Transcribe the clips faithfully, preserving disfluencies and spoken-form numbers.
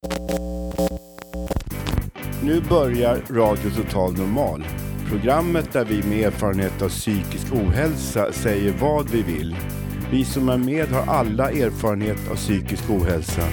Nu börjar Radio Total Normal. Programmet där vi med erfarenhet av psykisk ohälsa säger vad vi vill. Vi som är med har alla erfarenhet av psykisk ohälsa.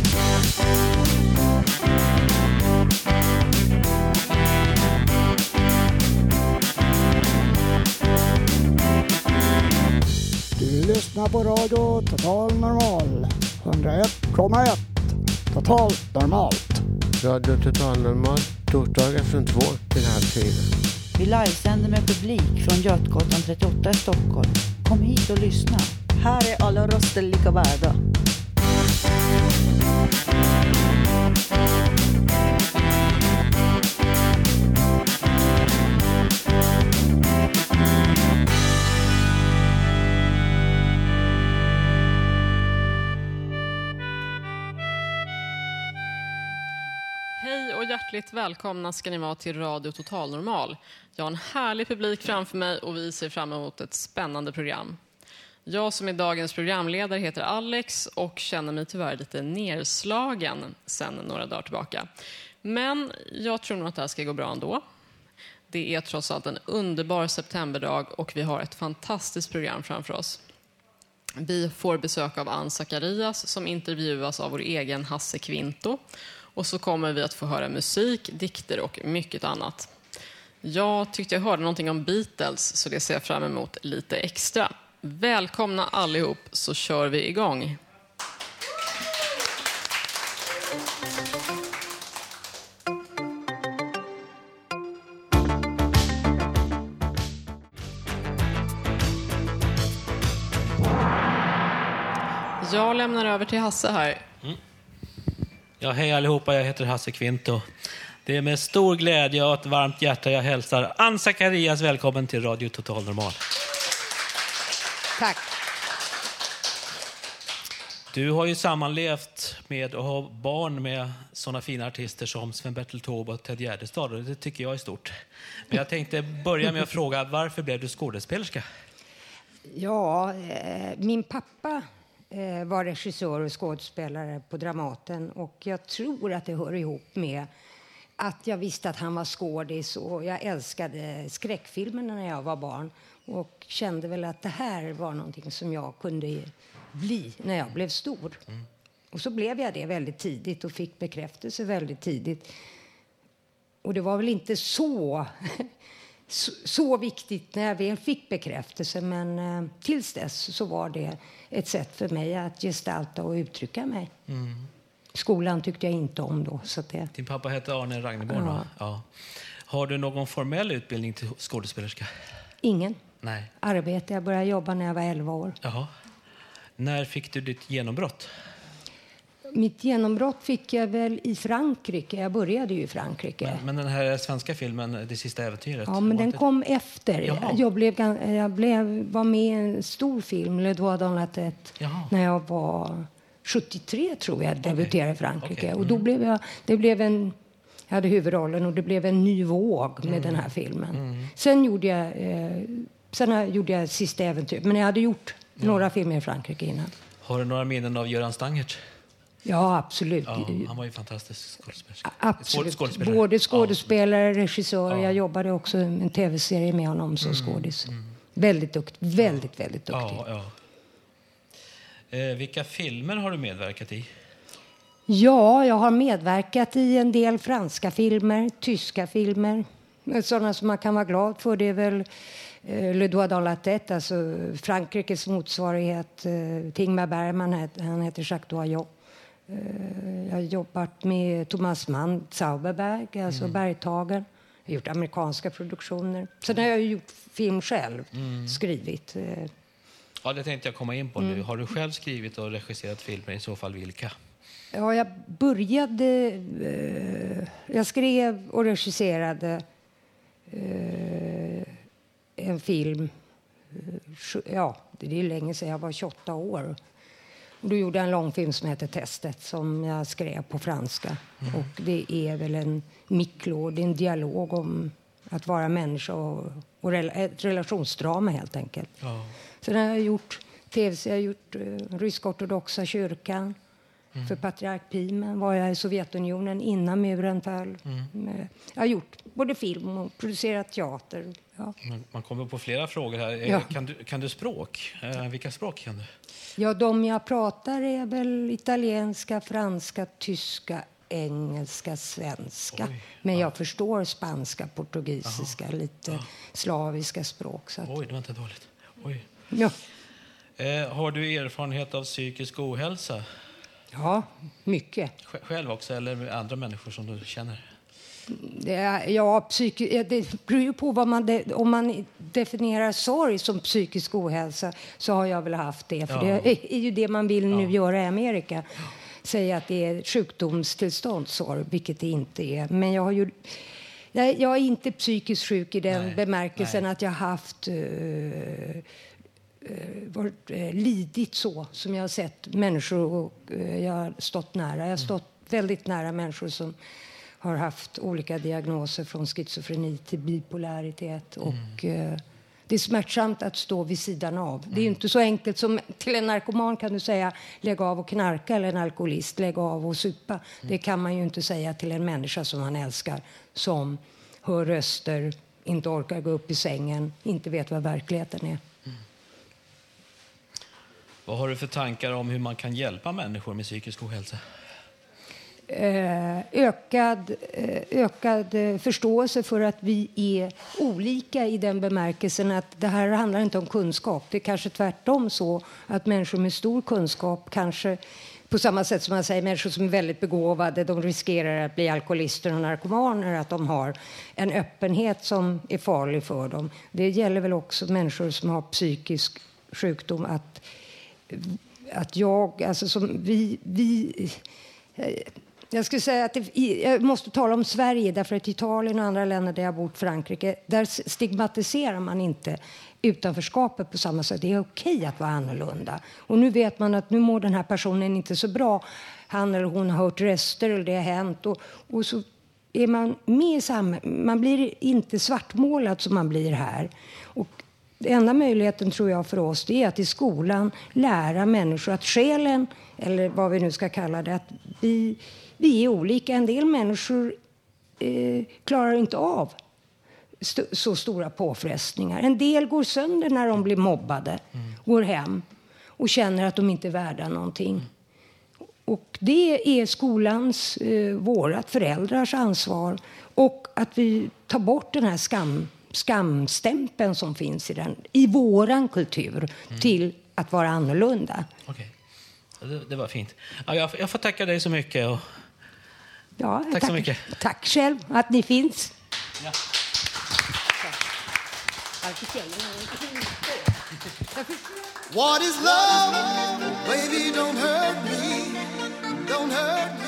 Du lyssnar på Radio Total Normal. hundraett komma ett. Totalt normalt. Radio Total Normal. Torsdagar från två till halv fyra. Vi livesänder med publik från Götgatan trettioåtta i Stockholm. Kom hit och lyssna. Här är alla röster lika värda. Hej och hjärtligt välkomna ska ni vara till Radio Total Normal. Jag har en härlig publik framför mig och vi ser fram emot ett spännande program. Jag som är dagens programledare heter Alex och känner mig tyvärr lite nerslagen sedan några dagar tillbaka. Men jag tror nog att det här ska gå bra ändå. Det är trots allt en underbar septemberdag och vi har ett fantastiskt program framför oss. Vi får besök av Ann Zacharias som intervjuas av vår egen Hasse Kvinto. Och så kommer vi att få höra musik, dikter och mycket annat. Jag tyckte jag hörde någonting om Beatles så det ser jag fram emot lite extra. Välkomna allihop så kör vi igång. Jag lämnar över till Hasse här. Mm. Ja, hej allihopa, jag heter Hasse Kvinto. Det är med stor glädje och ett varmt hjärta jag hälsar Ann Zacharias välkommen till Radio Total Normal. Tack. Du har ju sammanlevt med och har barn med sådana fina artister som Sven-Bertil Taube och Ted Gärdestad och det tycker jag är stort. Men jag tänkte börja med att fråga, varför blev du skådespelerska? Ja, eh, min pappa eh, var regissör och skådespelare på Dramaten och jag tror att det hör ihop med att jag visste att han var skådis och jag älskade skräckfilmerna när jag var barn och kände väl att det här var någonting som jag kunde bli när jag blev stor. Mm. Och så blev jag det väldigt tidigt och fick bekräftelse väldigt tidigt. Och det var väl inte så, så, så viktigt när jag väl fick bekräftelse, men eh, tills dess så var det ett sätt för mig att gestalta och uttrycka mig. Mm. Skolan tyckte jag inte om då. Så det... Din pappa hette Arne Ragneborn, ja. Ja. Har du någon formell utbildning till skådespelerska? Ingen. Nej. Arbete. Jag började jobba när jag var elva år. Jaha. När fick du ditt genombrott? Mitt genombrott fick jag väl i Frankrike. Jag började ju i Frankrike. Men, men den här svenska filmen, Det sista äventyret? Ja, men den inte... kom efter. Jaha. Jag, blev, jag blev, var med i en stor film, Le Doigt dans la tête, när jag var sjuttiotre tror jag, debuterade i Frankrike. Okay. Mm. Och då blev jag, det blev en, jag hade huvudrollen och det blev en ny våg med mm. den här filmen. Mm. Sen gjorde jag, eh, sen gjorde jag Sista äventyret, men jag hade gjort ja. några filmer i Frankrike innan. Har du några minnen av Göran Stangert? Ja, absolut. Ja, han var ju fantastisk skådespelare. Absolut. Skådespelare. Både skådespelare, ja. regissör. Ja. Jag jobbade också i en tv-serie med honom som mm. skådis. Mm. Väldigt duktig. Väldigt, väldigt duktig. Ja, ja. Eh, vilka filmer har du medverkat i? Ja, jag har medverkat i en del franska filmer, tyska filmer. Sådana som man kan vara glad för, det är väl eh, Le Doigt dans la tête, alltså Frankrikes motsvarighet. Eh, Tingmar Bergman, han heter Jacques Doyon. Uh, jag har jobbat med Thomas Mann, Zauberberg, alltså mm. Bergtagen. Jag har gjort amerikanska produktioner. Sen har jag ju gjort film själv, mm. skrivit. Uh. Ja, det tänkte jag komma in på mm. nu. Har du själv skrivit och regisserat filmer, i så fall vilka? Ja, jag började... Uh, jag skrev och regisserade uh, en film. Uh, ja, det är länge sedan, jag var tjugoåtta år. Och då gjorde jag en långfilm som heter Testet som jag skrev på franska. Mm. Och det är väl en mikro, det är en dialog om att vara människa och, och rel, ett relationsdrama helt enkelt. Ja. Sen har jag gjort tv, jag har gjort uh, rysk-ortodoxa kyrkan. Mm. För patriark Pimen var jag i Sovjetunionen innan muren föll. Mm. Jag har gjort både film och producerat teater. Ja. Man kommer på flera frågor här. Ja. Kan, du, kan du språk? Eh, vilka språk kan du? Ja, de jag pratar är väl italienska, franska, tyska, engelska, svenska. Oj, men jag ja. förstår spanska, portugisiska, Aha. lite ja. slaviska språk. Så att... Oj, det var inte dåligt. Oj. Ja. Eh, har du erfarenhet av psykisk ohälsa? Ja, mycket. Själv också, eller med andra människor som du känner? Det är, ja, psyki, det beror ju på vad man... De, om man definierar sorg som psykisk ohälsa så har jag väl haft det. För ja. det är ju det man vill nu ja. göra i Amerika. Säga att det är sjukdomstillstånd, sorg, vilket det inte är. Men jag har ju... Jag, jag är inte psykiskt sjuk i den nej, bemärkelsen nej. att jag har haft... Uh, varit eh, lidit så som jag har sett människor och eh, jag har stått nära. Jag har stått mm. väldigt nära människor som har haft olika diagnoser från schizofreni till bipolaritet mm. och eh, det är smärtsamt att stå vid sidan av. Mm. Det är ju inte så enkelt som till en narkoman kan du säga lägg av och knarka eller en alkoholist lägg av och supa. Mm. Det kan man ju inte säga till en människa som man älskar som hör röster, inte orkar gå upp i sängen, inte vet vad verkligheten är. Vad har du för tankar om hur man kan hjälpa människor med psykisk ohälsa? Ökad, ökad förståelse för att vi är olika i den bemärkelsen att det här handlar inte om kunskap. Det är kanske tvärtom så att människor med stor kunskap kanske på samma sätt som man säger människor som är väldigt begåvade de riskerar att bli alkoholister och narkomaner, att de har en öppenhet som är farlig för dem. Det gäller väl också människor som har psykisk sjukdom att att jag, alltså som vi, vi jag skulle säga att det, jag måste tala om Sverige därför att Italien och andra länder där jag har bott, Frankrike, där stigmatiserar man inte utanförskapet på samma sätt. Det är okej att vara annorlunda. Och nu vet man att nu mår den här personen inte så bra. Han eller hon har hört röster eller det har hänt och, och så är man med i samhället. Man blir inte svartmålad som man blir här. Och den enda möjligheten tror jag för oss det är att i skolan lära människor att själen, eller vad vi nu ska kalla det, att vi, vi är olika. En del människor eh, klarar inte av st- så stora påfrestningar. En del går sönder när de blir mobbade, mm. går hem och känner att de inte är värda någonting. Och det är skolans, eh, vårat föräldrars ansvar och att vi tar bort den här skam skamstämpeln som finns i den i våran kultur mm. till att vara annorlunda. Okej. Det, det var fint. Ja, jag, jag får tacka dig så mycket. Och... Ja, tack tack så mycket. Tack själv att ni finns. Ja. What is love? Baby, don't hurt me. Don't hurt me.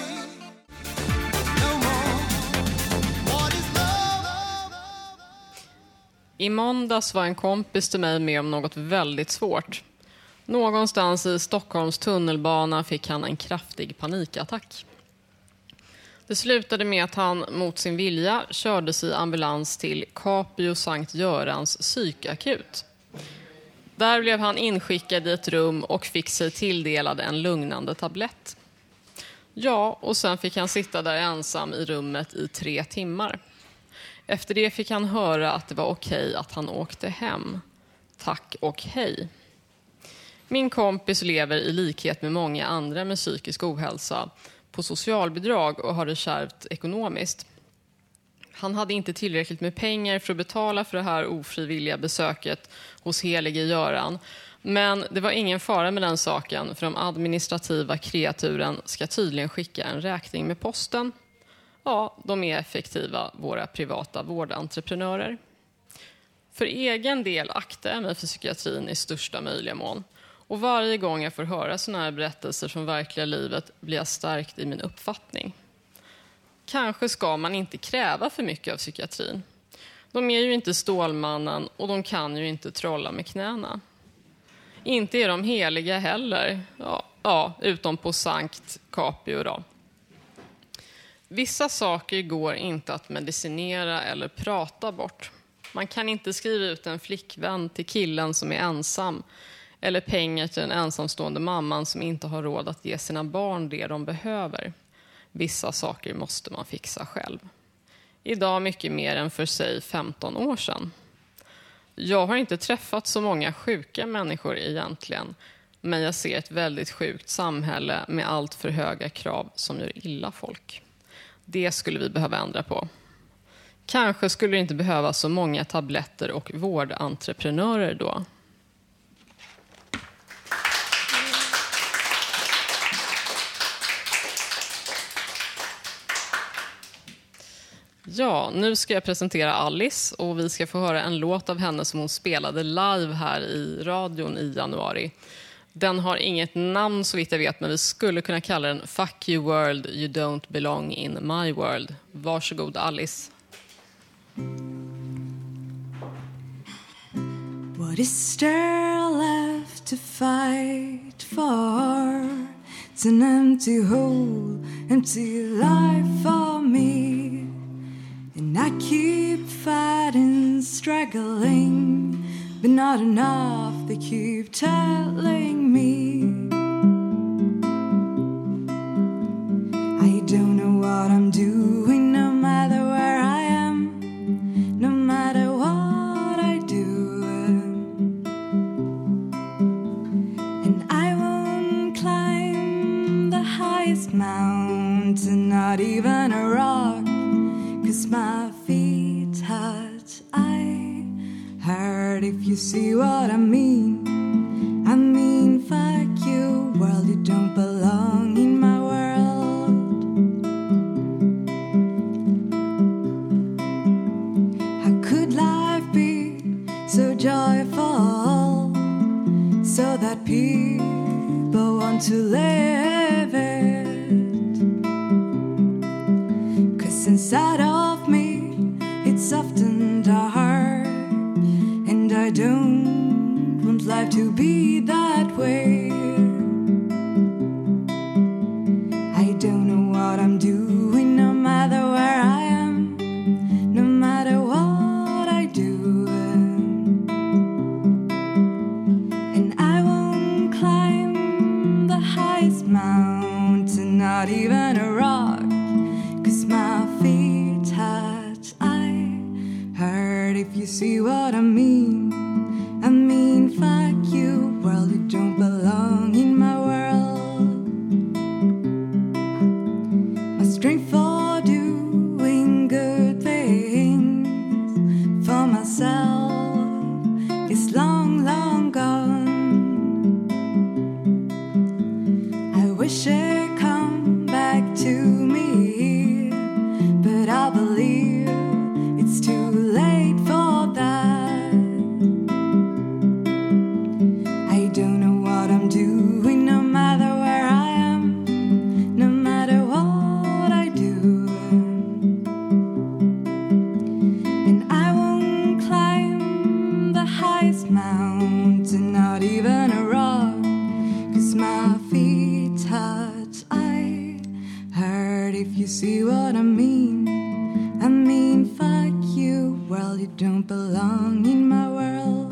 I måndags var en kompis till mig med om något väldigt svårt. Någonstans i Stockholms tunnelbana fick han en kraftig panikattack. Det slutade med att han mot sin vilja kördes i ambulans till Capio Sankt Görans psykakut. Där blev han inskickad i ett rum och fick sig tilldelad en lugnande tablett. Ja, och sen fick han sitta där ensam i rummet i tre timmar. Efter det fick han höra att det var okej att han åkte hem. Tack och hej. Min kompis lever i likhet med många andra med psykisk ohälsa på socialbidrag och har det kärvt ekonomiskt. Han hade inte tillräckligt med pengar för att betala för det här ofrivilliga besöket hos helige Göran. Men det var ingen fara med den saken, för de administrativa kreaturen ska tydligen skicka en räkning med posten. Ja, de är effektiva, våra privata vårdentreprenörer. För egen del aktar jag mig för psykiatrin i största möjliga mån. Och varje gång jag får höra såna här berättelser från verkliga livet blir jag stärkt i min uppfattning. Kanske ska man inte kräva för mycket av psykiatrin. De är ju inte Stålmannen och de kan ju inte trolla med knäna. Inte är de heliga heller, ja, ja utom på Sankt Capio då. Vissa saker går inte att medicinera eller prata bort. Man kan inte skriva ut en flickvän till killen som är ensam eller pengar till den ensamstående mamman som inte har råd att ge sina barn det de behöver. Vissa saker måste man fixa själv. Idag mycket mer än för sig femton år sedan. Jag har inte träffat så många sjuka människor egentligen, men jag ser ett väldigt sjukt samhälle med allt för höga krav som gör illa folk. Det skulle vi behöva ändra på. Kanske skulle det inte behöva så många tabletter och vårdentreprenörer då. Ja, nu ska jag presentera Alice och vi ska få höra en låt av henne som hon spelade live här i radion i januari. Den har inget namn så vitt jag vet, men vi skulle kunna kalla den Fuck you world, you don't belong in my world. Varsågod Alice. What is there left to fight for? It's an empty hole, empty life for me. And I keep fighting, struggling, but not enough, they keep telling me. I don't know what I'm doing, no matter where I am, no matter what I do. And I won't climb the highest mountain, not even a rock, 'cause my feet hurt. I hurt if you see what I mean. I mean, fuck you, world, you don't belong in my world. How could life be so joyful, so that people want to live it? 'Cause inside of me, it's often dark, and I don't want life to be that way. I don't know what I'm doing, no matter where I am, no matter what I do. And I won't climb the highest mountain, not even a rock, 'cause my feet hurt. I hurt if you see what I mean. I mean, fuck you, world, you don't belong in my world. My strength for doing good things for myself is long, long gone. I wish it come back to me, but I believe it's too late for that. I don't know what I'm doing, no matter where I am, no matter what I do. And I won't climb the highest mountain, not even a rock, 'cause my feet hurt. I hurt if you see what I mean. I mean, fuck you, world, you don't belong in my world.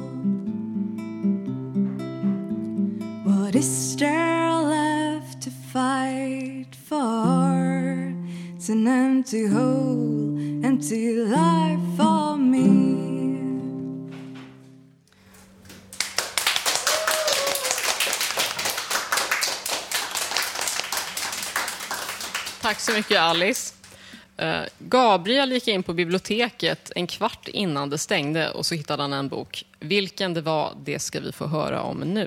What is there left to fight for? It's an empty hole, empty life for me. Tack så mycket Alice. Uh, Gabriel gick in på biblioteket en kvart innan det stängde och så hittade han en bok. Vilken det var, det ska vi få höra om nu.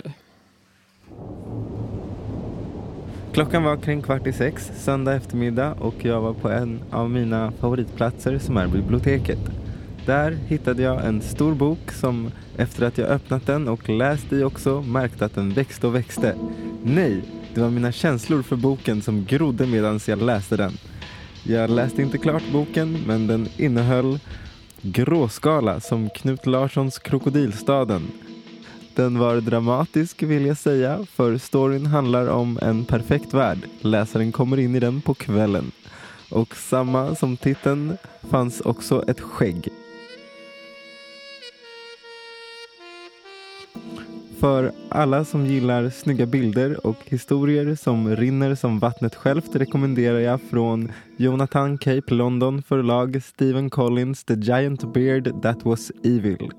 Klockan var kring kvart i sex söndag eftermiddag och jag var på en av mina favoritplatser som är biblioteket. Där hittade jag en stor bok som efter att jag öppnat den och läst i också märkte att den växte och växte. Nej, det var mina känslor för boken som grodde medan jag läste den. Jag läste inte klart boken, men den innehöll Gråskala som Knut Larssons Krokodilstaden. Den var dramatisk vill jag säga, för storyn handlar om en perfekt värld. Läsaren kommer in i den på kvällen. Och samma som titeln fanns också ett skägg. För alla som gillar snygga bilder och historier som rinner som vattnet självt rekommenderar jag från Jonathan Cape London förlag Stephen Collins The Giant Beard That Was Evil.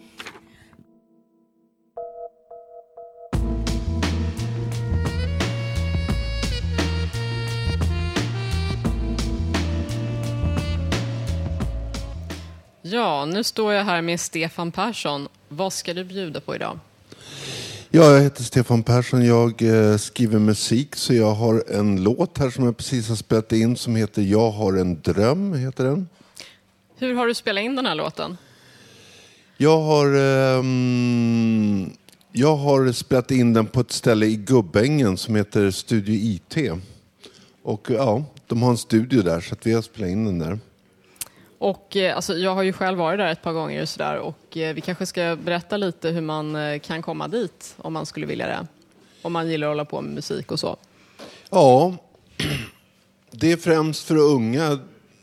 Ja, nu står jag här med Stefan Persson. Vad ska du bjuda på idag? Ja, jag heter Stefan Persson. Jag eh, skriver musik, så jag har en låt här som jag precis har spelat in som heter Jag har en dröm, heter den. Hur har du spelat in den här låten? Jag har, eh, jag har spelat in den på ett ställe i Gubbängen som heter Studio I T. Och ja, de har en studio där så att vi har spelat in den där. Och eh, alltså, jag har ju själv varit där ett par gånger och sådär, och eh, vi kanske ska berätta lite hur man eh, kan komma dit om man skulle vilja det. Om man gillar att hålla på med musik och så. Ja, det är främst för unga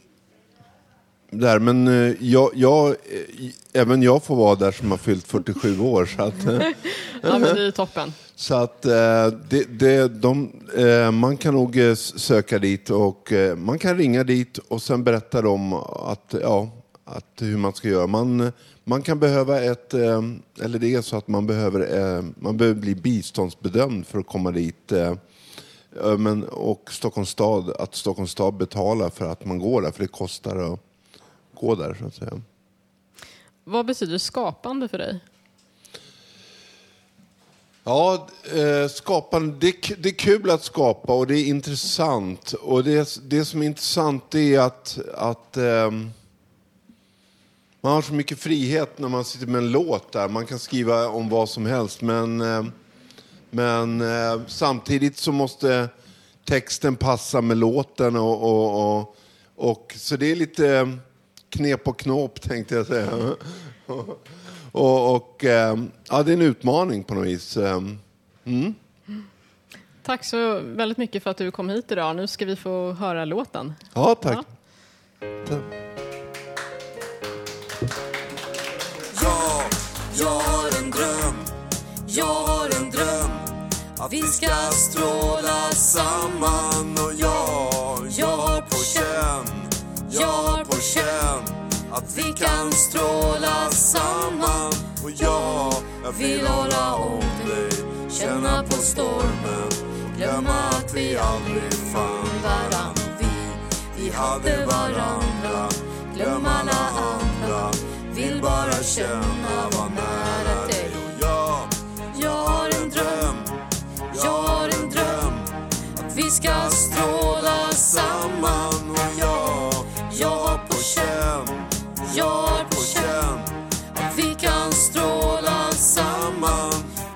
där, men eh, jag, jag, eh, även jag får vara där som har fyllt fyrtiosju år. Så att, ja, men det är ju toppen. Så att eh, det, det, de, eh, man kan nog eh, söka dit och eh, man kan ringa dit och sen berätta dem att, ja, att hur man ska göra. Man, man kan behöva ett, eh, eller det är så att man behöver, eh, man behöver bli biståndsbedömd för att komma dit. Eh, men, och Stockholms stad, att Stockholms stad betalar för att man går där, för det kostar att gå där så att säga. Vad betyder skapande för dig? Ja, eh, skapande, det, det är kul att skapa och det är intressant. Och det, det som är intressant är att, att eh, man har så mycket frihet när man sitter med en låt där. Man kan skriva om vad som helst, men, eh, men eh, samtidigt så måste texten passa med låten. Och, och, och, och, så det är lite knep och knåp, tänkte jag säga. Och, och äh, ja, det är en utmaning på något vis. Mm. Tack så väldigt mycket för att du kom hit idag. Nu ska vi få höra låten. Ja, tack. Ja, ja, jag har en dröm. Jag har en dröm. Att vi ska stråla samman. Och jag, jag har på känn. Jag har på känn. Att vi kan stråla samman. Och jag, jag vill hålla om dig. Känna på stormen. Glömma att vi aldrig fann varann. Vi, vi hade varandra. Glöm alla andra. Vill bara känna, var nära dig. Och jag, jag har en dröm. Jag har en dröm. Att vi ska stråla samman. Och jag, jag har på känn. Jag har på känn att vi kan stråla samman.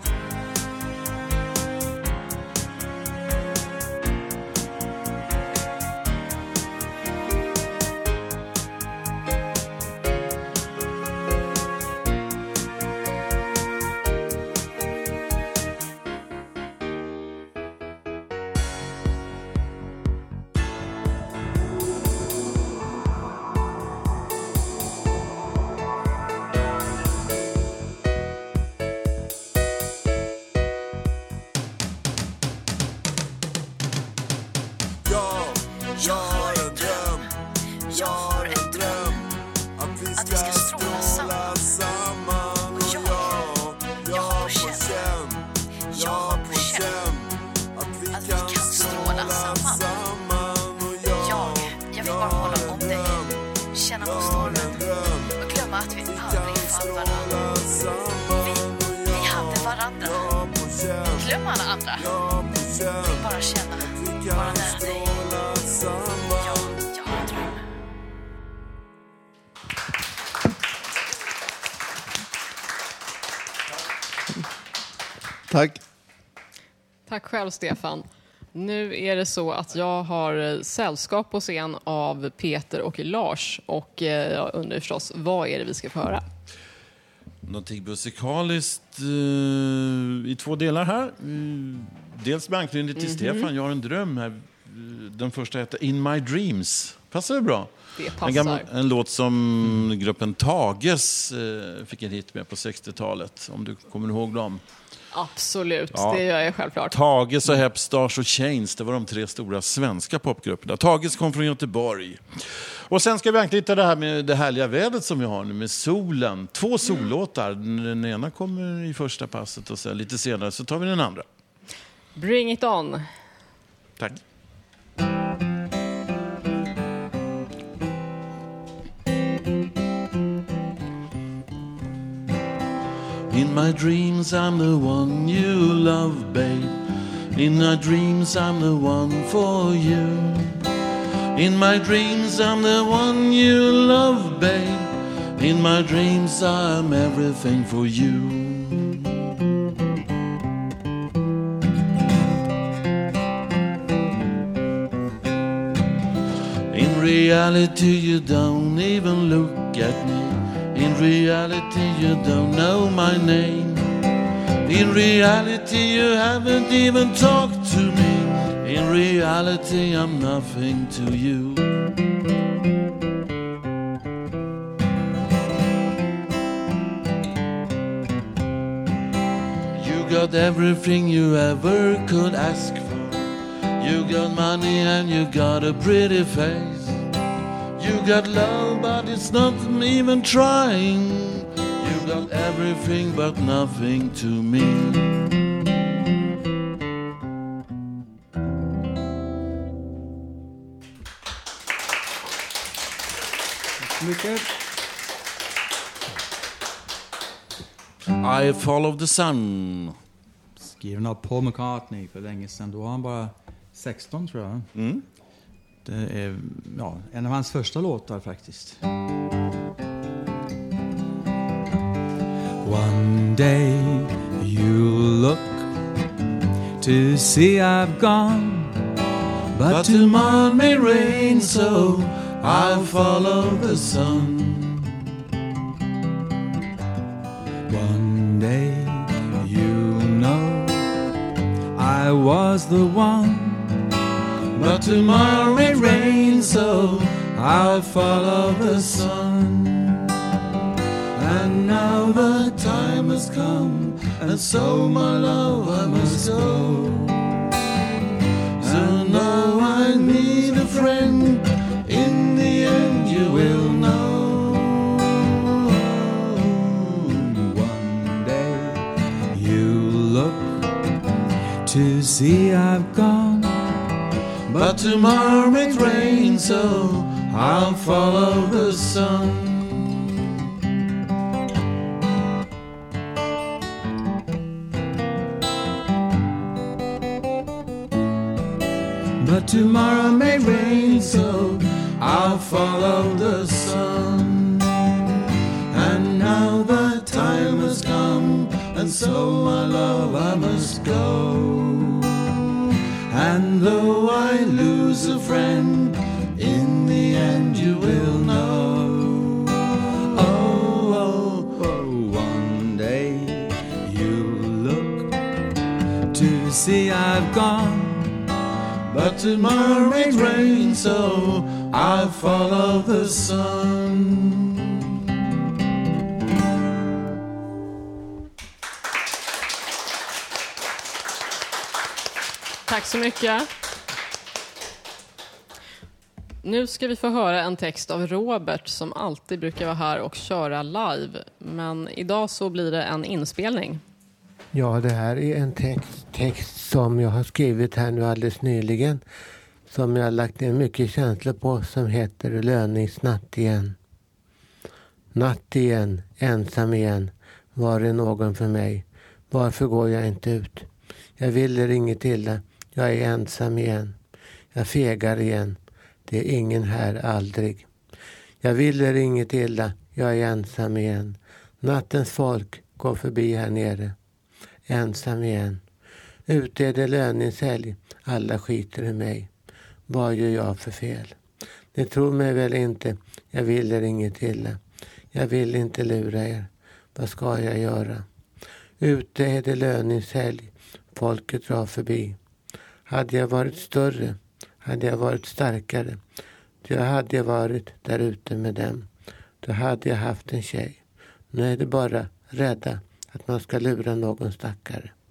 Jag har en dröm, jag har en dröm. Att vi ska, att vi ska stråla samman. samman. Och jag, jag, jag har på känn, jag har på känn. Att vi, att kan, vi kan stråla samman. samman. Och jag, jag, jag vill bara hålla om dig. Känna på stormen. Och glömma att vi aldrig fann varandra. Vi, vi hade varandra. Glöm alla andra. Vill bara känna, vara nära dig. Ja, jag har en dröm. Tack. Tack själv, Stefan. Nu är det så att jag har sällskap på scen av Peter och Lars. Och jag undrar förstås, vad är det vi ska få höra? Någonting musikaliskt uh, i två delar här. Uh, dels med anknytning till mm-hmm. Stefan, jag har en dröm här. Uh, den första heter In My Dreams. Passar det bra? Det passar. En, gammal, en låt som mm. gruppen Tages uh, fick en hit med på sextiotalet. Om du kommer ihåg dem. Absolut, Ja. det gör jag självklart. Tages och Hep, Stars och Chains, det var de tre stora svenska popgrupperna. Tages kom från Göteborg. Och sen ska vi anknyta det här med det härliga vädret som vi har nu med solen. Två sollåtar. Den ena kommer i första passet och sen lite senare så tar vi den andra. Bring it on. Tack. In my dreams I'm the one you love, babe. In my dreams I'm the one for you. In my dreams I'm the one you love, babe. In my dreams I'm everything for you. In reality you don't even look at me. In reality you don't know my name. In reality you haven't even talked to me. In reality I'm nothing to you. You got everything you ever could ask for. You got money and you got a pretty face. You got love, but it's not even trying. You got everything, but nothing to me. I follow the sun. Skriven av Paul McCartney för länge sedan. Då var han bara sexton, tror jag. Mm. Det är ja, en av hans första låtar faktiskt. One day you look to see I've gone, But, but tomorrow may rain, so I'll follow the sun. One day you know I was the one, but tomorrow may rain, so I'll follow the sun. And now the time has come, and so my love I must go. So now I need a friend, in the end you will know. One day you look to see I've gone, but tomorrow may rain, so I'll follow the sun. But tomorrow may rain, so I'll follow the sun. And now the time has come, and so my love I must go. And though I lose a friend, in the end you will know. Oh, oh, oh, one day you look to see I've gone, but tomorrow may rain, so I'll follow the sun. Tack så mycket. Nu ska vi få höra en text av Robert som alltid brukar vara här och köra live. Men idag så blir det en inspelning. Ja, det här är en text, text som jag har skrivit här nu alldeles nyligen. Som jag har lagt ner mycket känslor på, som heter Löningsnatt igen. Natt igen, ensam igen. Var är någon för mig? Varför går jag inte ut? Jag vill er inget illa. Jag är ensam igen. Jag fegar igen. Det är ingen här aldrig. Jag vill er inget illa. Jag är ensam igen. Nattens folk går förbi här nere. Ensam igen. Ute är det löningshelg. Alla skiter i mig. Vad gör jag för fel? Ni tror mig väl inte. Jag vill er inget illa. Jag vill inte lura er. Vad ska jag göra? Ute är det löningshelg. Folket drar förbi. Hade jag varit större, hade jag varit starkare, då hade jag varit där ute med dem. Då hade jag haft en tjej. Nu är det bara rädda att man ska lura någon stackare.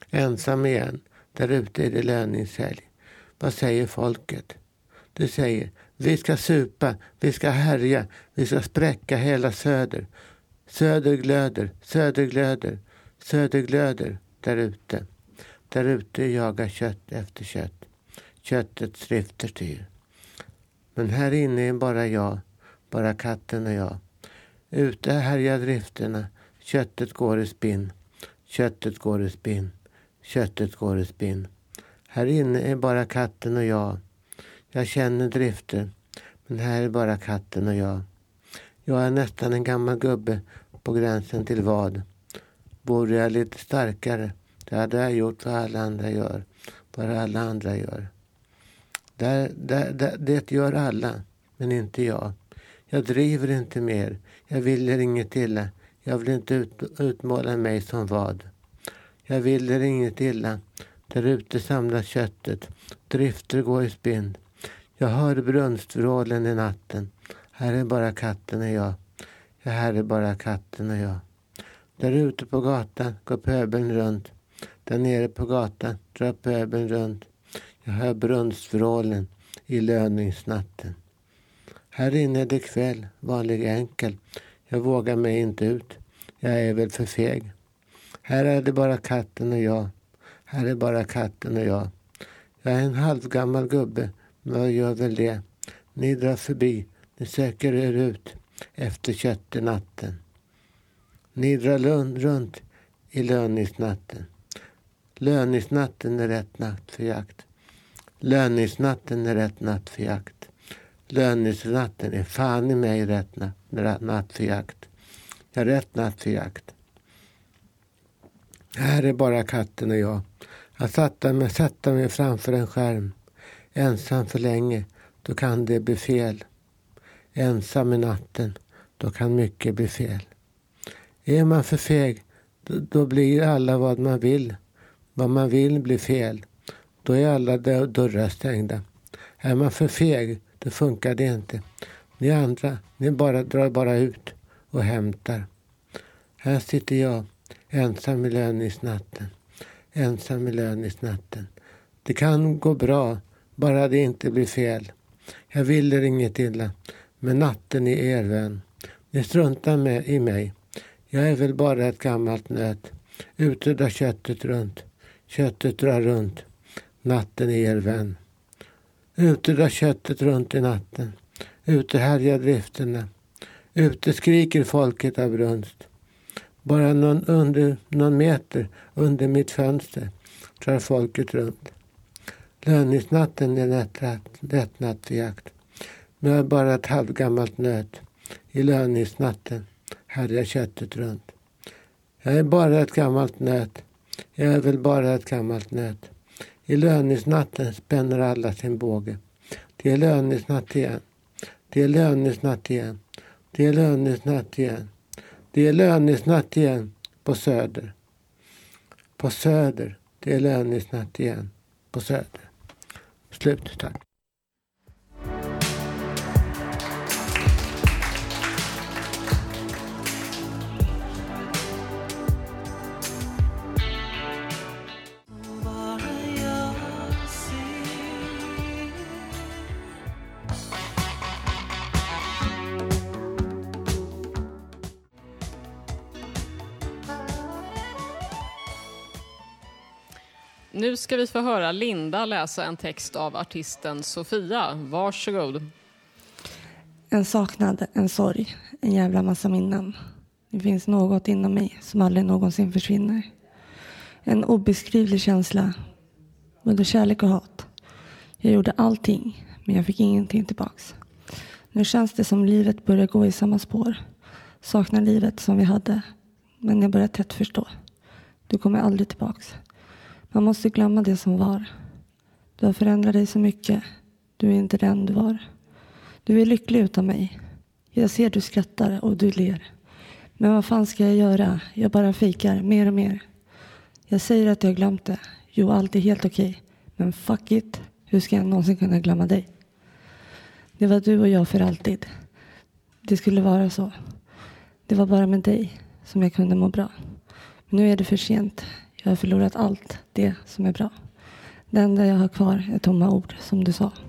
Ensam igen. Där ute är det löningshelg. Vad säger folket? Du säger, vi ska supa, vi ska härja, vi ska spräcka hela söder. Söder glöder, söder glöder, söder glöder där ute. Där ute jagar kött efter kött. Köttets drifter styr. Men här inne är bara jag, bara katten och jag. Ute härjar drifterna, köttet går i spinn. Köttet går i spinn, köttet går i spinn. Här inne är bara katten och jag. Jag känner drifter, men här är bara katten och jag. Jag är nästan en gammal gubbe på gränsen till vad. Vore jag lite starkare, det hade jag gjort vad alla andra gör. Vad alla andra gör. Där, där, där, det gör alla, men inte jag. Jag driver inte mer. Jag vill er inget illa. Jag vill inte ut, utmåla mig som vad. Jag vill er inget illa. Där ute samlas köttet. Drifter går i spinn. Jag hör brunnstvrålen i natten. Här är bara katten och jag. Ja, här är bara katten och jag. Där ute på gatan går pöbeln runt. Där nere på gatan drar pöbeln runt. Jag hör brunnstvrålen i löningsnatten. Här inne är det kväll, vanlig enkel. Jag vågar mig inte ut. Jag är väl för feg. Här är det bara katten och jag. Här är bara katten och jag. Jag är en halvgammal gubbe. Men vad gör väl det? Ni drar förbi. Ni söker er ut efter kött i natten. Ni drar lund runt i löningsnatten. Löningsnatten är rätt natt för jakt. Löningsnatten är rätt natt för jakt. Löningsnatten är fan i mig rätt natt, natt för jakt. Jag är rätt natt för jakt. Här är bara katten och jag. Jag satte mig, satte mig framför en skärm. Ensam för länge, då kan det bli fel. Ensam i natten, då kan mycket bli fel. Är man för feg, då, då blir alla vad man vill. Vad man vill blir fel. Då är alla dörrar stängda. Är man för feg, då funkar det inte. Ni andra, ni bara drar bara ut och hämtar. Här sitter jag, ensam i löningsnatten. Ensam i löningsnatten. Det kan gå bra, bara det inte blir fel. Jag vill er inget illa, men natten är er vän. Ni struntar med i mig. Jag är väl bara ett gammalt nöt. Ute drar köttet runt. Köttet drar runt. Natten är er vän. Ute drar köttet runt i natten. Ute härjar drifterna. Ute skriker folket av brunst. Bara någon, under, någon meter under mitt fönster drar folket runt. Löningsnatten är rätt natt för jakt. Nu är jag bara ett halvgammalt nöt. I löningsnatten härjar köttet runt. Jag är bara ett gammalt nöt. Jag är väl bara ett gammalt nöt. I löningsnatten spänner alla sin båge. Det är löningsnatt igen. Det är löningsnatt igen. Det är löningsnatt igen. Det är löningsnatt igen på söder. På söder. Det är löningsnatt igen på söder. Slut, tack. Nu ska vi få höra Linda läsa en text av artisten Sofia. Varsågod. En saknad, en sorg, en jävla massa minnen. Det finns något inom mig som aldrig någonsin försvinner. En obeskrivlig känsla, både kärlek och hat. Jag gjorde allting, men jag fick ingenting tillbaks. Nu känns det som livet börjar gå i samma spår. Saknar livet som vi hade, men jag börjar tätt förstå. Du kommer aldrig tillbaks. Man måste glömma det som var. Du har förändrat dig så mycket. Du är inte den du var. Du är lycklig utan mig. Jag ser du skrattar och du ler. Men vad fan ska jag göra? Jag bara fikar mer och mer. Jag säger att jag har glömt det. Jo, allt är helt okej. Men fuck it. Hur ska jag någonsin kunna glömma dig? Det var du och jag för alltid. Det skulle vara så. Det var bara med dig som jag kunde må bra. Men nu är det för sent. Jag Jag har förlorat allt det som är bra. Det enda jag har kvar är tomma ord, som du sa.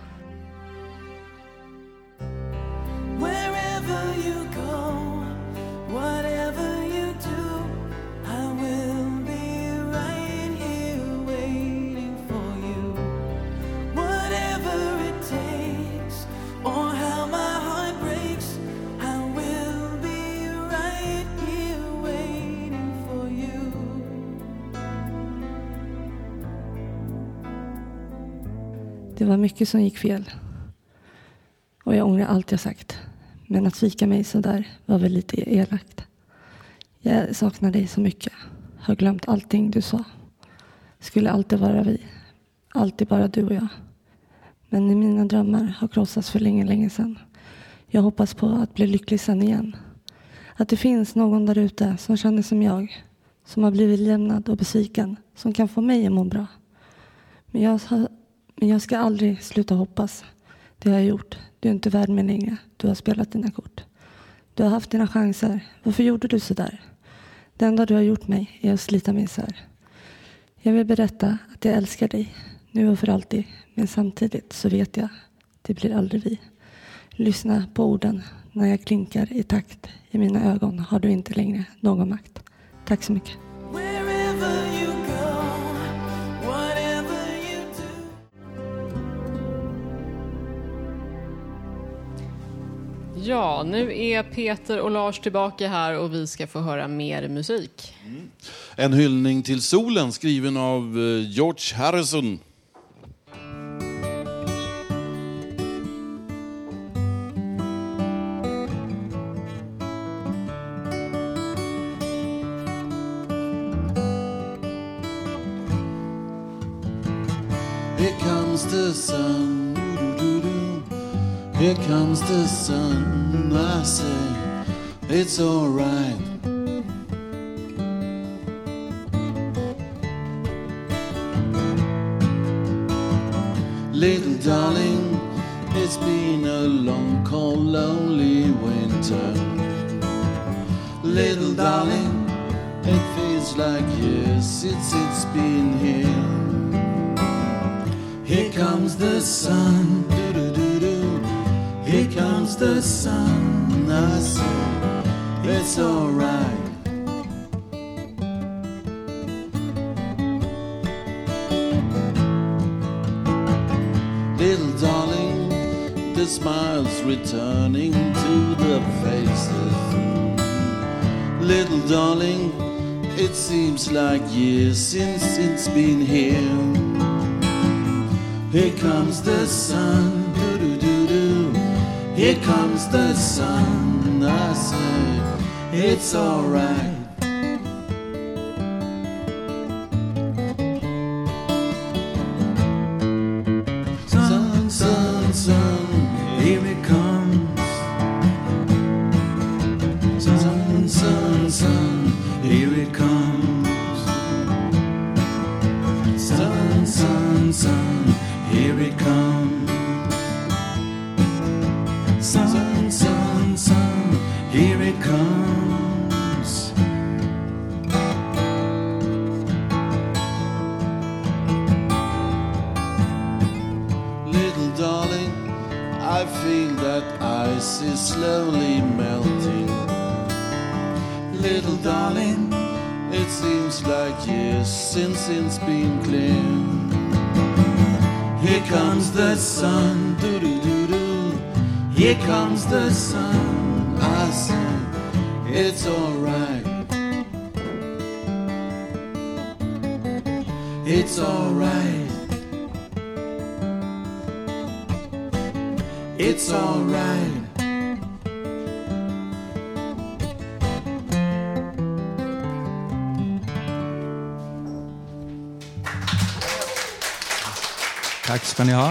Det var mycket som gick fel. Och jag ångrar allt jag sagt. Men att svika mig så där var väl lite elakt. Jag saknar dig så mycket. Har glömt allting du sa. Skulle alltid vara vi. Alltid bara du och jag. Men i mina drömmar har krossats för länge, länge sedan. Jag hoppas på att bli lycklig sen igen. Att det finns någon där ute som känner som jag. Som har blivit lämnad och besviken. Som kan få mig att må bra. Men jag har... Men jag ska aldrig sluta hoppas. Det har jag gjort. Du är inte värd mig längre. Du har spelat dina kort. Du har haft dina chanser. Varför gjorde du så där? Det enda du har gjort mig är att slita mig isär. Jag vill berätta att jag älskar dig. Nu och för alltid. Men samtidigt så vet jag. Det blir aldrig vi. Lyssna på orden när jag klinkar i takt. I mina ögon har du inte längre någon makt. Tack så mycket. Ja, nu är Peter och Lars tillbaka här och vi ska få höra mer musik. Mm. En hyllning till solen skriven av George Harrison. Here comes the sun. Here comes the sun, I say, it's all right. Little darling, it's been a long, cold, lonely winter. Little darling, it feels like years since it's been here. Here comes the sun, doo-doo-doo-doo. Here comes the sun, I say, it's all right. Little darling, the smile's returning to the faces. Little darling, it seems like years since it's been here. Here comes the sun, doo-doo-doo-doo. Here comes the sun, I say, it's all right. Sun, sun, sun, here it comes. Sun, sun, sun, here it comes. Sun, sun, sun, here it comes. Sun, sun, sun, here it comes. Little darling, I feel that ice is slowly melting. Little darling, it seems like years since it's been clear. Here comes the sun, doo-doo-doo-doo. Here comes the sun, I say, it's all right. It's all right. It's all right. Tack ska ni ha.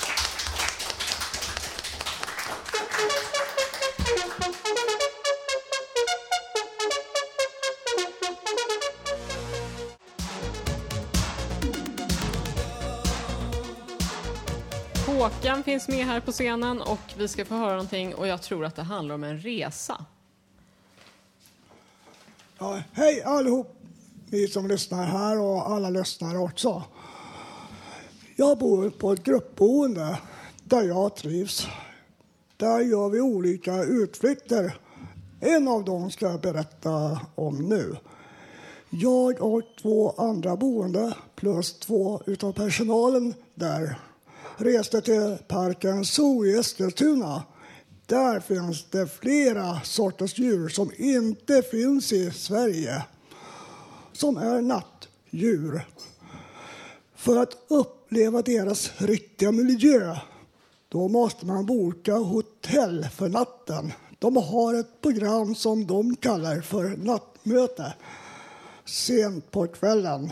Håkan finns med här på scenen och vi ska få höra någonting och jag tror att det handlar om en resa. Ja, hej allihop! ni som lyssnar här och alla lyssnare också. Jag bor på ett gruppboende där jag trivs. Där gör vi olika utflykter. En av dem ska jag berätta om nu. Jag och två andra boende plus två utav personalen där reste till parken Zoo i Eskilstuna. Där finns det flera sorters djur som inte finns i Sverige. Som är nattdjur. För att uppleva deras riktiga miljö, då måste man boka hotell för natten. De har ett program som de kallar för nattmöte. Sent på kvällen.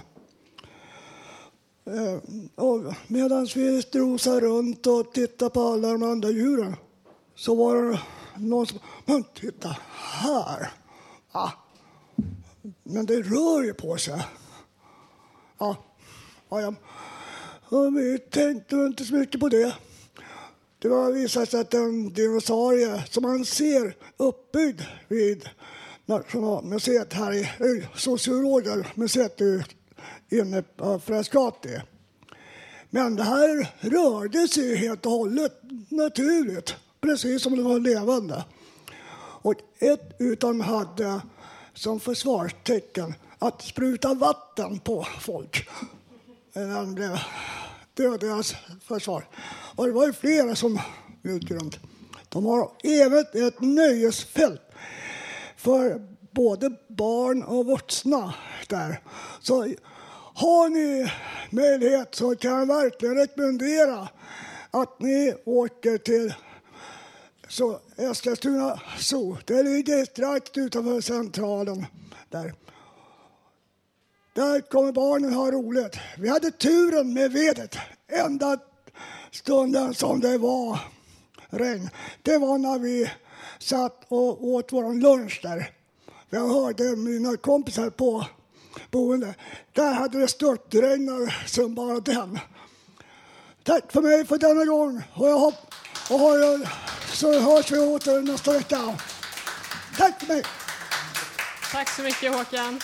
Eh, och medan vi strosade runt och tittade på alla de andra djuren så var det någon som... Men titta här! Ah. Men det rör ju på sig. Ja, ja, ja. Och vi tänkte inte så mycket på det. Det var visat sig att en dinosaurie som man ser uppbyggd vid Nationalmuseet här i Sociologermuseet inne på Frescati. Men det här rörde sig helt och hållet naturligt, precis som det var levande. Och ett utan hade som försvarstecken att spruta vatten på folk. Den blev död deras försvar. Och det var ju flera som gick runt. De har även ett nöjesfält för både barn och vuxna där. Så har ni möjlighet så kan jag verkligen rekommendera att ni åker till så Eskilstuna Zoo. Det ligger strax utanför centralen där. Där kommer barnen ha roligt. Vi hade turen med vedet ända stunden som det var regn. Det var när vi satt och åt vår lunch där. Jag hörde mina kompisar på boende. Där hade det stört regn som bara den. Tack för mig för denna gång. Och jag hopp, och har, så hörs vi åter nästa vecka. Tack för mig. Tack så mycket Håkan.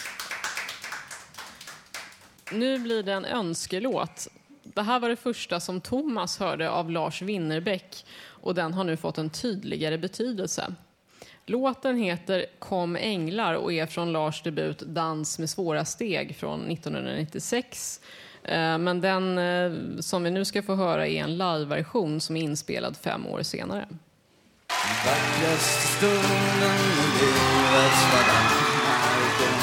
Nu blir det en önskelåt. Det här var det första som Thomas hörde av Lars Winnerbäck och den har nu fått en tydligare betydelse. Låten heter Kom änglar och är från Lars debut Dans med svåra steg från nittonhundranittiosex. Men den som vi nu ska få höra är en liveversion som är inspelad fem år senare. Vackraste stunden i livets varann.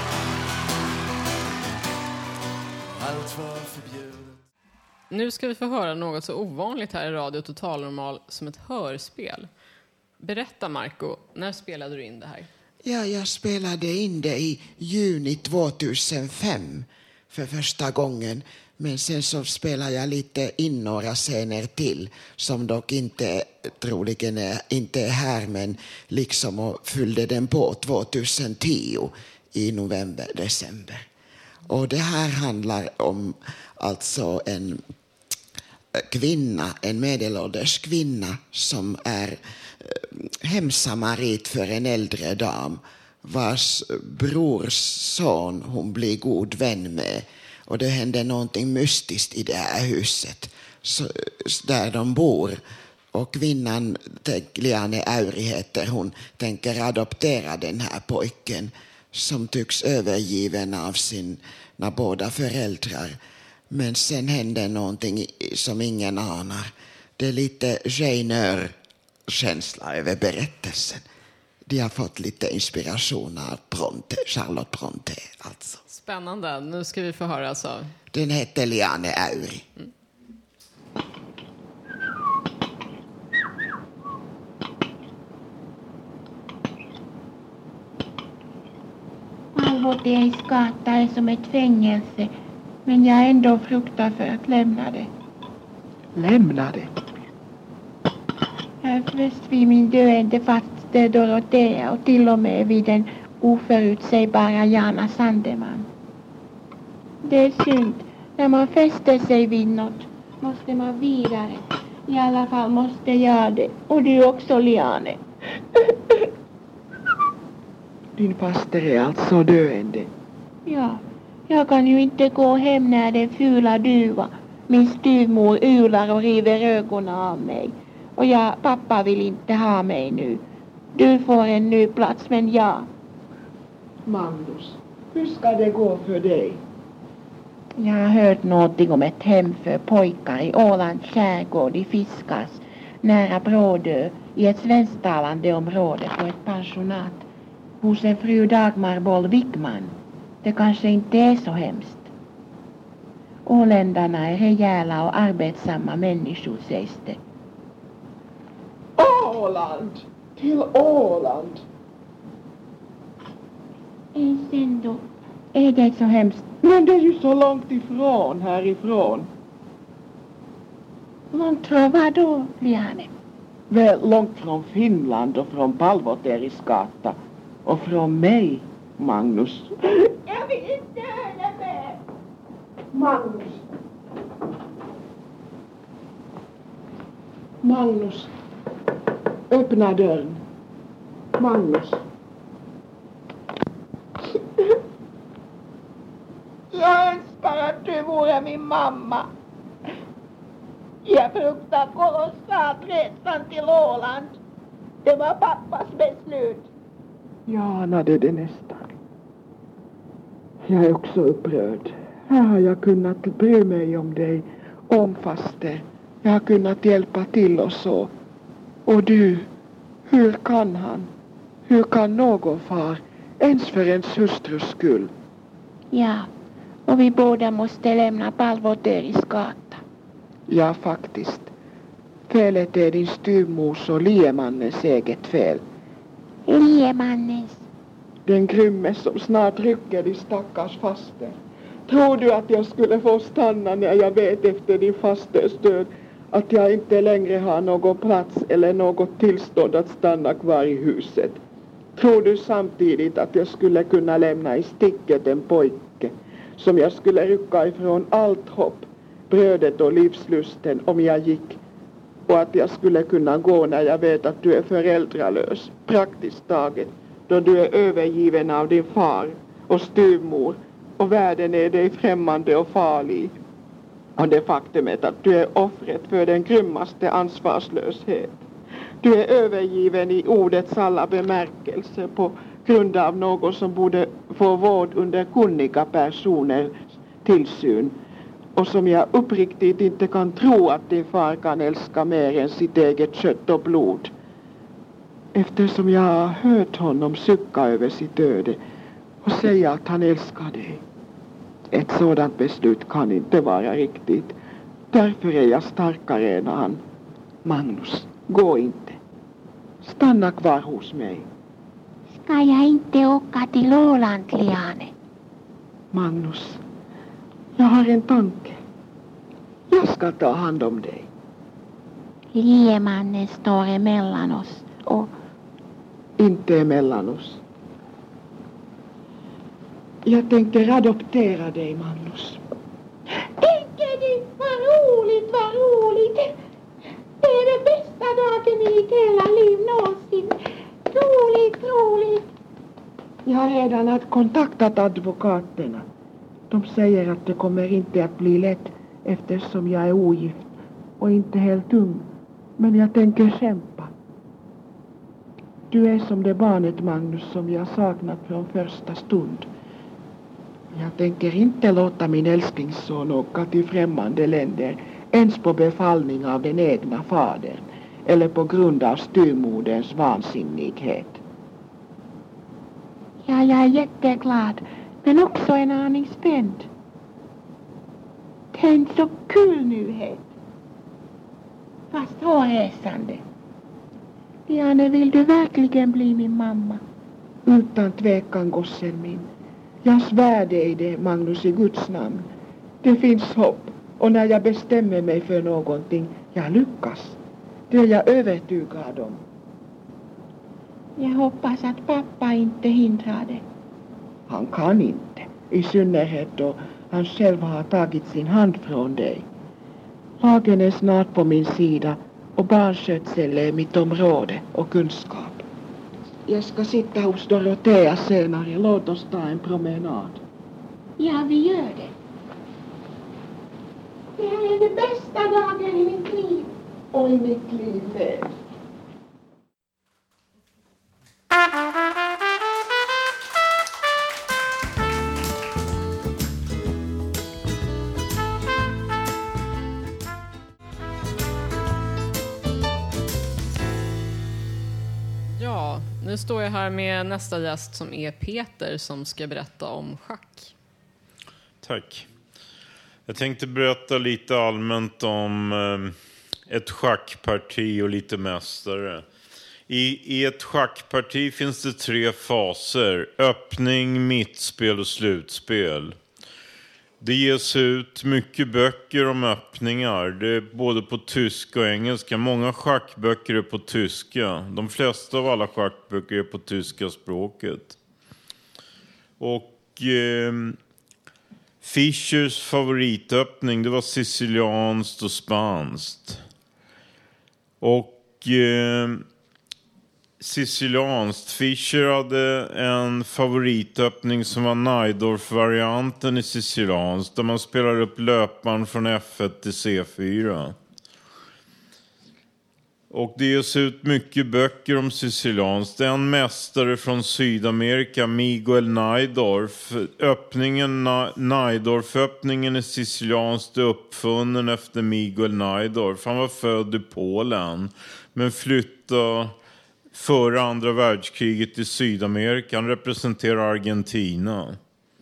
Allt var förbjudet. Nu ska vi få höra något så ovanligt här i Radio Total Normal som ett hörspel. Berätta Marco, när spelade du in det här? Ja, jag spelade in det i juni tvåtusenfem för första gången. Men sen så spelade jag lite in några scener till som dock inte troligen är, inte är här men liksom och fyllde den på tvåtusentio i november, december. Och det här handlar om alltså en kvinna, en medelålders kvinna som är hemsamarit för en äldre dam vars brors son hon blir god vän med. Och det händer någonting mystiskt i det här huset så, där de bor. Och kvinnan, Liane Auri heter hon, tänker adoptera den här pojken som tycks övergiven av sina båda föräldrar. Men sen händer någonting som ingen anar. Det är lite Jane Eyre-känsla över berättelsen. De har fått lite inspiration av Bronte, Charlotte Bronte alltså. Spännande, nu ska vi få höra alltså. Den heter Liane Auri. Mm. Alvotejs gata är som ett fängelse, men jag ändå fruktar för att lämna det. Lämna det? Här först vid min döende faste Dorotea och till och med vid den oförutsägbara Jana Sandeman. Det är synd. När man fäster sig vid något måste man vidare. I alla fall måste jag det. Och du också, Liane. Din faster är alltså döende. Ja, jag kan ju inte gå hem när den fula duva, min styvmor, ular och river ögonen av mig. Och jag, pappa vill inte ha mig nu. Du får en ny plats, men jag... Magnus, hur ska det gå för dig? Jag har hört någonting om ett hem för pojkar i Ålands skärgård i Fiskas, nära Brådö, i ett svensktalande område på ett pensionat hos en fru Dagmar Boll Wickman. Det kanske inte är så hemskt. Åländarna är rejäla och arbetsamma människor, sägs det. Åland! Till Åland! En sen då. Är det så hemskt? Men det är ju så långt ifrån härifrån. Långt från vad då, Liane? Väl långt från Finland och från Palvoterisgata. Och från mig, Magnus. Jag vill inte höra mer. Magnus. Magnus. Öppna dörren. Magnus. Jag önskar att du vore min mamma. Jag fruktar kolossalt resan till Åland. Det var pappas beslut. Jag anade det nästan. Jag är också upprörd. Här har jag kunnat bry mig om dig, om faster. Jag har kunnat hjälpa till och så. Och du, hur kan han? Hur kan någon far, ens för ens hustrus skull? Ja, och vi båda måste lämna Palvoterisgata. Ja, faktiskt. Felet är din styvmors och liemannens eget fel. Liemannens? Den grymme som snart rycker din stackars faster. Tror du att jag skulle få stanna när jag vet efter din fasters död att jag inte längre har någon plats eller något tillstånd att stanna kvar i huset? Tror du samtidigt att jag skulle kunna lämna i sticket en pojke som jag skulle rycka ifrån allt hopp, brödet och livslusten om jag gick, och att jag skulle kunna gå när jag vet att du är föräldralös, praktiskt taget, då du är övergiven av din far och styvmor och världen är dig främmande och farlig. Och det faktumet att du är offret för den grymmaste ansvarslöshet. Du är övergiven i ordets alla bemärkelser på grund av något som borde få vård under kunniga personers tillsyn. Och som jag uppriktigt inte kan tro att din far kan älska mer än sitt eget kött och blod. Eftersom jag har hört honom sucka över sitt öde och säga att han älskar dig. Ett sådant beslut kan inte vara riktigt. Därför är jag starkare än han. Magnus, gå inte. Stanna kvar hos mig. Ska jag inte åka till Åland, Liane? Magnus, jag har en tanke. Jag ska ta hand om dig. Liemannen står emellan oss och... Inte emellan oss. Jag tänker adoptera dig, Magnus. Tänker ni? Vad roligt, vad roligt. Det är den bästa dagen i mitt hela liv någonsin. Roligt, roligt. Jag har redan kontaktat advokaterna. De säger att det kommer inte att bli lätt eftersom jag är ogift och inte helt ung. Men jag tänker kämpa. Du är som det barnet, Magnus, som jag saknat från första stund. Jag tänker inte låta min älsklingsson åka till främmande länder ens på befallning av den egna fadern eller på grund av styrmoderns vansinnighet. Ja, jag är jätteglad, men också en aning spänd. Det är en så kul nyhet. Fast hårresande. Liane, vill du verkligen bli min mamma? Utan tvekan, gossen min. Jag svär dig det, Magnus, i Guds namn. Det finns hopp, och när jag bestämmer mig för någonting, jag lyckas. Det är jag övertygad om. Jag hoppas att pappa inte hindrar det. Han kan inte, i synnerhet då han själv har tagit sin hand från dig. Lagen är snart på min sida och barnskötsel är mitt område och kunskap. Jag ska sitta hos Dorotea senare, låt oss ta en promenad. Ja, vi gör det. Det här är den bästa dagen i mitt liv. Och i mitt liv med. Ja, nu står jag här med nästa gäst som är Peter som ska berätta om schack. Tack. Jag tänkte berätta lite allmänt om eh, ett schackparti och lite mästare. I, I ett schackparti finns det tre faser. Öppning, mittspel och slutspel. Det ges ut mycket böcker om öppningar. Det är både på tyska och engelska. Många schackböcker är på tyska. De flesta av alla schackböcker är på tyska språket. Och eh, Fischers favoritöppning, det var sicilianskt och spanskt. Och eh, sicilianskt. Fischer hade en favoritöppning som var Najdorf-varianten i sicilianskt, där man spelar upp löparen från F ett till C fyra. Och det ges ut mycket böcker om sicilianskt. Det är en mästare från Sydamerika, Miguel Najdorf. Öppningen, Najdorf-öppningen i sicilianskt är uppfunnen efter Miguel Najdorf. Han var född i Polen, men flyttade före andra världskriget i Sydamerika. Han representerar Argentina.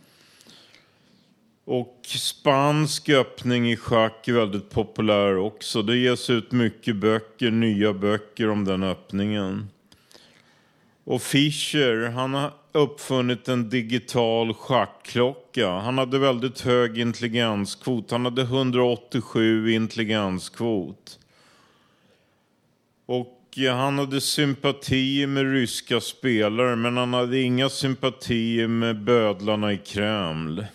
Och spansk öppning i schack är väldigt populär också. Det ges ut mycket böcker, nya böcker om den öppningen. Och Fischer, han har uppfunnit en digital schackklocka. Han hade väldigt hög intelligenskvot. Han hade hundraåttiosju intelligenskvot. Och han hade sympati med ryska spelare, men han hade inga sympatier med bödlarna i Kreml.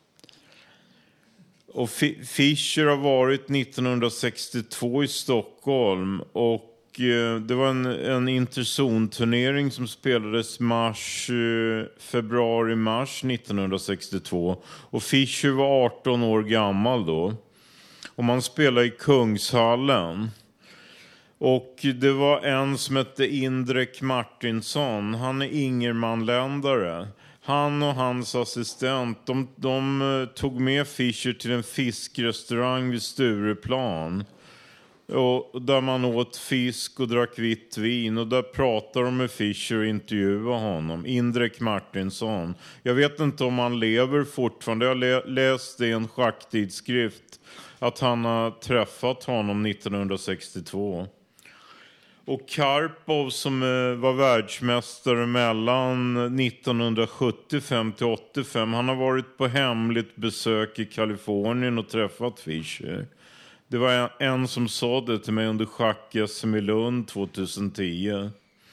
Och Fischer har varit nittonhundrasextiotvå i Stockholm, och eh, det var en, en interzonturnering som spelades mars, eh, februari-mars nittonhundrasextiotvå. Och Fischer var arton år gammal då. Och man spelade i Kungshallen. Och det var en som hette Indrek Martinsson. Han är ingermanländare. Han och hans assistent, de, de tog med Fischer till en fiskrestaurang vid Stureplan. Och där man åt fisk och drack vitt vin. Och där pratade de med Fischer och intervjuade honom. Indrek Martinsson. Jag vet inte om han lever fortfarande. Jag lä- läste i en schacktidskrift att han har träffat honom nittonhundrasextiotvå. Och Karpov, som var världsmästare mellan nittonhundrasjuttiofem till åttiofem, han har varit på hemligt besök i Kalifornien och träffat Fischer. Det var en, en som sa det till mig under schack-S M i Lund tjugohundratio.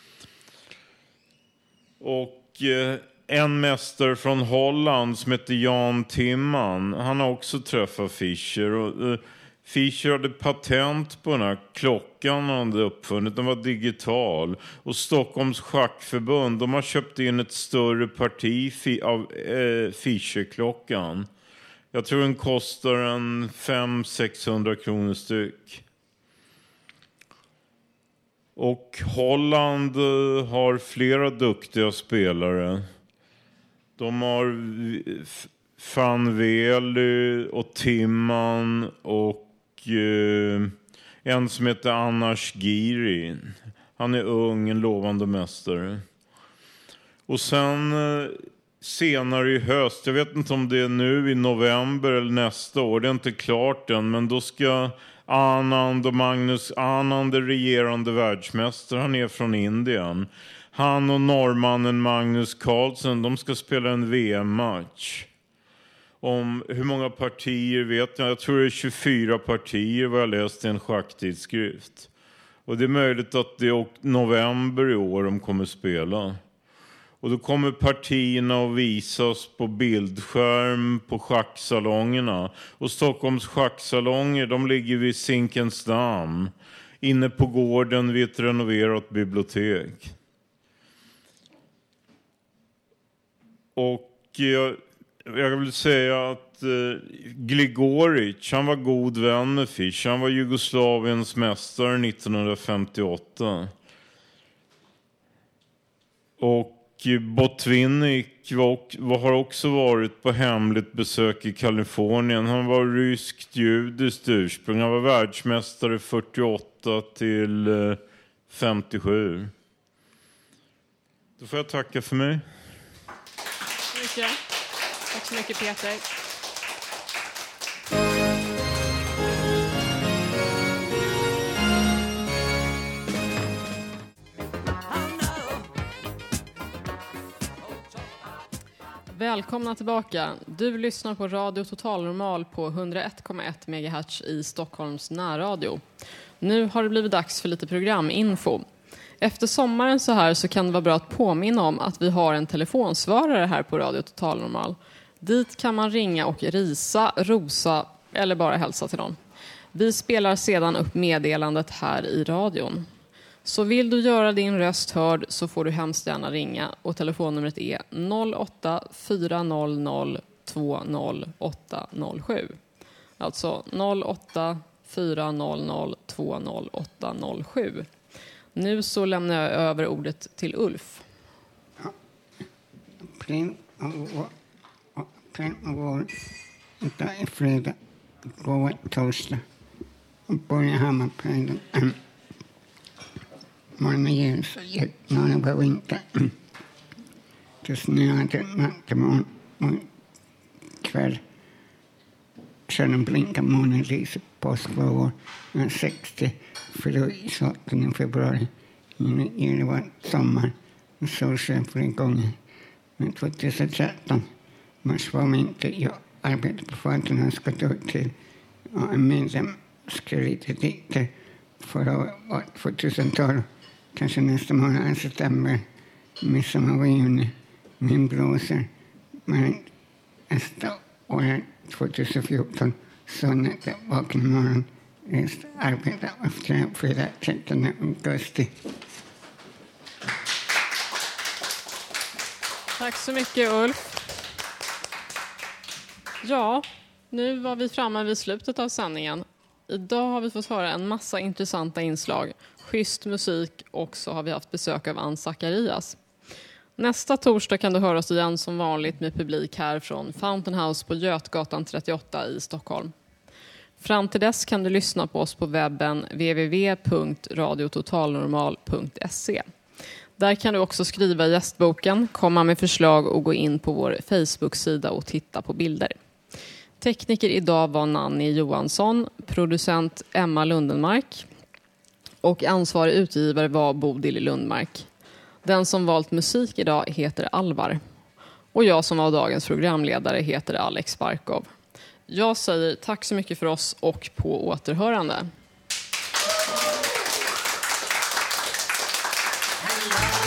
Och eh, en mästare från Holland som heter Jan Timman, han har också träffat Fischer. Och eh, Fischer hade patent på den här klockan han hade uppfunnit. Den var digital. Och Stockholms schackförbund, de har köpt in ett större parti fi- av eh, Fischer-klockan. Jag tror den kostar en fem till sexhundra kronor styck. Och Holland eh, har flera duktiga spelare. De har f- Van Wely och Timman och Uh, en som heter Anders Giri. Han är ung, en lovande mästare. Och sen uh, senare i höst, jag vet inte om det är nu i november eller nästa år, det är inte klart än, men då ska Anand och Magnus Anand, är regerande världsmästare, han är från Indien. Han och norrmannen Magnus Carlsen, de ska spela en V M-match. Om hur många partier vet jag. Jag tror det är tjugofyra partier vad jag läst i en schacktidskrift. Och det är möjligt att det är november i år de kommer spela. Och då kommer partierna att visas på bildskärm på schacksalongerna. Och Stockholms schacksalonger, de ligger vid Zinkensdamm. Inne på gården vid ett renoverat bibliotek. Och jag... jag vill säga att eh, Gligoric, han var god vän med Fish. Han var Jugoslaviens mästare nittonhundrafemtioåtta. Och Botvinnik var, har också varit på hemligt besök i Kalifornien. Han var ryskt judiskt ursprung. Han var världsmästare fyrtioåtta till eh, femtiosju. Då får jag tacka för mig. Mycket. Tack så mycket, Peter. Välkomna tillbaka. Du lyssnar på Radio Total Normal på hundraett komma ett megahertz i Stockholms närradio. Nu har det blivit dags för lite programinfo. Efter sommaren så här så kan det vara bra att påminna om att vi har en telefonsvarare här på Radio Total Normal. Dit kan man ringa och risa, rosa eller bara hälsa till någon. Vi spelar sedan upp meddelandet här i radion. Så vill du göra din röst hörd så får du hemskt gärna ringa och telefonnumret är noll åtta fyra noll noll två noll åtta noll sju. Alltså noll åtta fyra noll noll två noll åtta noll sju. Nu så lämnar jag över ordet till Ulf. Plin och vår idag är fredag, går torsdag och börjar Hammarplänen. Morgon och ljus och jättnöjda på vinter. Det snöade natt imorgon och kväll. Sen blinkar månen lyser påskvågor. Den sextio för i sjuttonde februari. Det var sommar. Och solsken för en gång. Men tjugohundratretton. Mars var inte jag arbetade på faten och ska då till en medlem skrev lite dikter för tvåtusentalet. Kanske nästa månad september. Midsommar var juni. Min blåser. Men nästa år tjugohundrafjorton så när jag vaknade imorgon arbetade efter fredag trettonde augusti. Tack så mycket, Ulf. Ja, nu var vi framme vid slutet av sändningen. Idag har vi fått höra en massa intressanta inslag, schysst musik och så har vi haft besök av Ann Zacharias. Nästa torsdag kan du höra oss igen som vanligt med publik här från Fountain House på Götgatan trettioåtta i Stockholm. Fram till dess kan du lyssna på oss på webben w w w punkt radio totalnormal punkt se. Där kan du också skriva i gästboken, komma med förslag och gå in på vår Facebook-sida och titta på bilder. Tekniker idag var Nanny Johansson, producent Emma Lundenmark och ansvarig utgivare var Bodil Lundmark. Den som valt musik idag heter Alvar. Och jag som var dagens programledare heter Alex Barkov. Jag säger tack så mycket för oss och på återhörande. Hello.